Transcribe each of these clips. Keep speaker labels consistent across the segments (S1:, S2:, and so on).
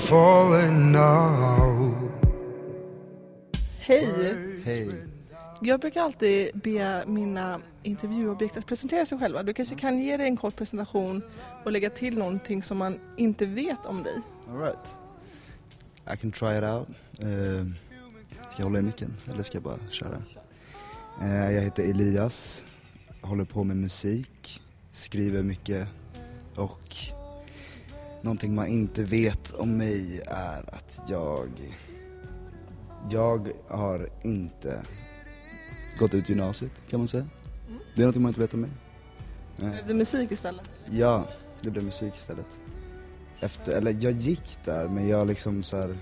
S1: falling now.
S2: Hej!
S3: Hej.
S2: Jag brukar alltid be mina intervjuobjekt att presentera sig själva. Du kanske kan ge dig en kort presentation och lägga till någonting som man inte vet om dig.
S3: All right. I can try it out. Ska jag hålla i micken eller ska jag bara köra? Jag heter Elias, håller på med musik, skriver mycket och någonting man inte vet om mig är att jag har inte gått ut gymnasiet, kan man säga. Det är någonting man inte vet om mig.
S2: Blev det musik istället?
S3: Ja, det blev musik istället. Jag gick där, men jag liksom så här,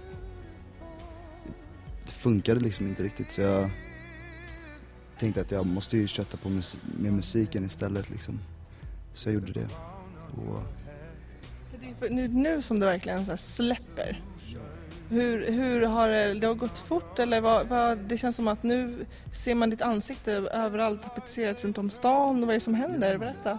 S3: det funkade liksom inte riktigt, så jag tänkte att jag måste ju köta på med musiken istället liksom. Så jag gjorde det. Och
S2: Det är nu som det verkligen så här släpper. Hur har det har gått fort, eller det känns som att nu ser man ditt ansikte överallt tapetserat runt om stan. Vad är det som händer? Berätta.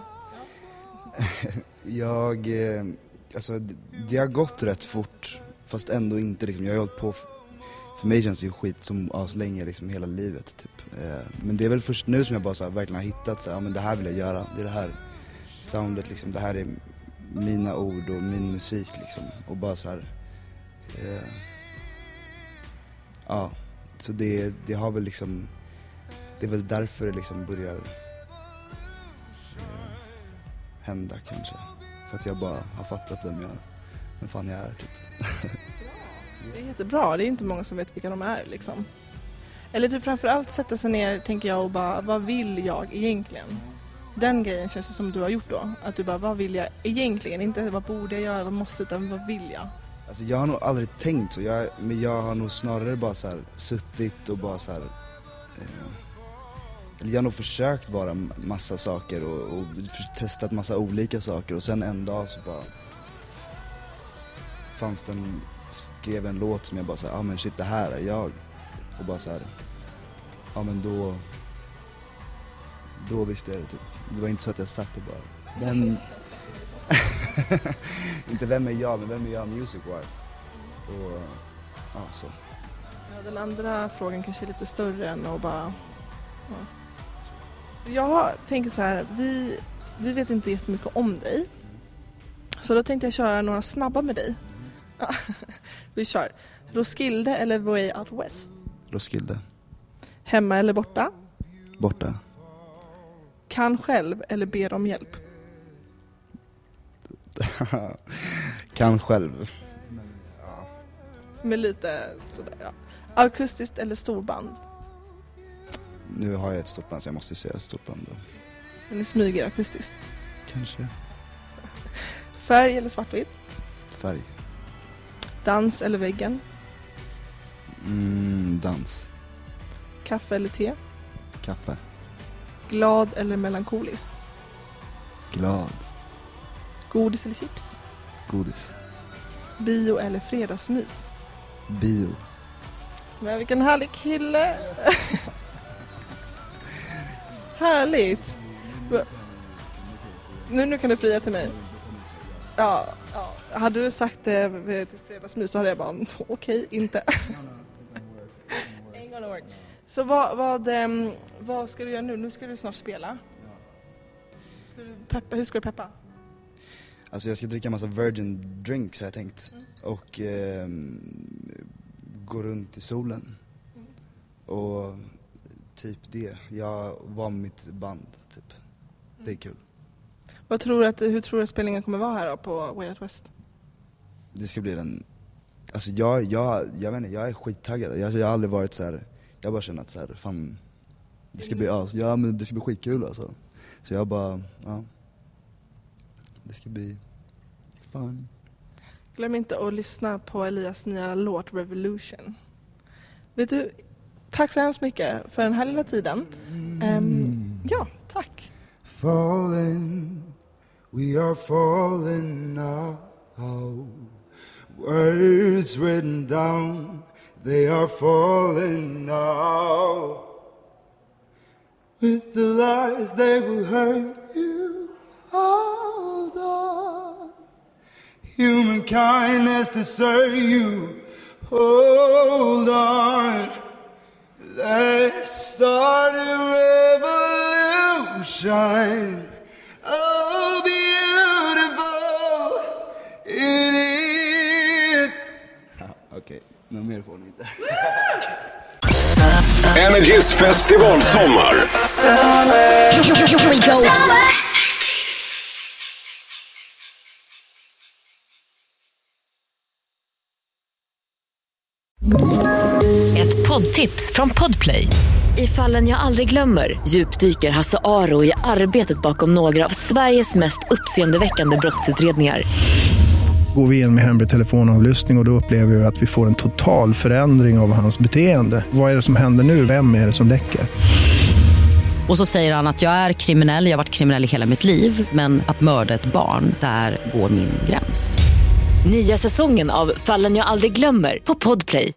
S3: Alltså det har gått rätt fort, fast ändå inte liksom. Jag har hållit på, för mig känns det ju skit som så länge liksom hela livet typ. Men det är väl först nu som jag bara så här, verkligen har hittat så här, ja, men det här vill jag göra. Det är det här soundet liksom, det här är mina ord och min musik liksom. Och bara så här, ja, så det har väl liksom, det är väl därför det liksom börjar hända kanske. För att jag bara har fattat vem fan jag är typ.
S2: Det är jättebra, det är inte många som vet vilka de är liksom. Eller typ framförallt sätta sig ner, tänker jag, och bara, vad vill jag egentligen? Den grejen känns det som du har gjort då. Att du bara, vad vill jag egentligen? Inte vad borde jag göra, vad måste, utan vad vill jag?
S3: Alltså jag har nog aldrig tänkt så, men jag har nog snarare bara så här suttit och bara så här, eller jag har nog försökt vara massa saker och testat massa olika saker, och sen en dag så bara skrev en låt som jag bara såhär, men shit, det här är jag. Och bara såhär, men då visste jag det typ. Det var inte så att jag satt och bara, inte vem är jag, men vem är jag music-wise. Och så.
S2: Ja, den andra frågan kanske är lite större än att bara... Ja. Jag tänker så här, vi vet inte jättemycket om dig. Så då tänkte jag köra några snabba med dig. Vi kör. Roskilde eller Way Out West?
S3: Roskilde.
S2: Hemma eller borta?
S3: Borta.
S2: Kan själv eller ber om hjälp?
S3: Kan själv.
S2: Med lite sådär, ja. Akustiskt eller storband?
S3: Nu har jag ett stort band, så jag måste säga stort band då.
S2: Men ni smyger akustiskt?
S3: Kanske.
S2: Färg eller svartvitt?
S3: Färg.
S2: Dans eller väggen?
S3: Dans.
S2: Kaffe eller te?
S3: Kaffe.
S2: Glad eller melankolisk?
S3: Glad.
S2: Godis eller chips?
S3: Godis.
S2: Bio eller fredagsmys?
S3: Bio.
S2: Men vilken härlig kille! Härligt! Nu kan du fria till mig. Ja. Hade du sagt det till fredagsmys så hade jag bara, okej, inte. Ain't gonna work. Så vad ska du göra nu? Nu ska du snart spela. Hur ska du peppa?
S3: Alltså jag ska dricka en massa virgin drinks har jag tänkt. Och gå runt i solen. Och typ det. Jag var med mitt band typ. Det är kul.
S2: Hur tror du att spelningen kommer vara här då på Way Out West?
S3: Det ska bli den... Alltså jag vet inte, jag är skittaggad. Jag har aldrig varit så här. Jag bara känner att så här, fan, det ska bli, men det ska bli skitkul alltså. Så jag bara, det ska bli fun.
S2: Glöm inte att lyssna på Elias nya låt Revolution. Vet du, tack så hemskt mycket för den här lilla tiden. Ja, tack.
S1: Falling, we are falling now. Words written down, they are falling now. With the lies they will hurt you. Hold on, humankind has to serve you. Hold on, let's start a revolution. Oh, beautiful it is.
S3: Okej, något mer får ni inte.
S4: Energys festivalsommar.
S5: Here we go.
S6: Ett poddtips från Podplay. I Fallen jag aldrig glömmer djupdyker Hasse Aro i arbetet bakom några av Sveriges mest uppseendeväckande brottsutredningar.
S7: Går vi in med hemlig telefonavlyssning och då upplever vi att vi får en total förändring av hans beteende. Vad är det som händer nu? Vem är det som läcker?
S8: Och så säger han att jag är kriminell, jag har varit kriminell i hela mitt liv. Men att mörda ett barn, där går min gräns.
S6: Nya säsongen av Fallen jag aldrig glömmer på Podplay.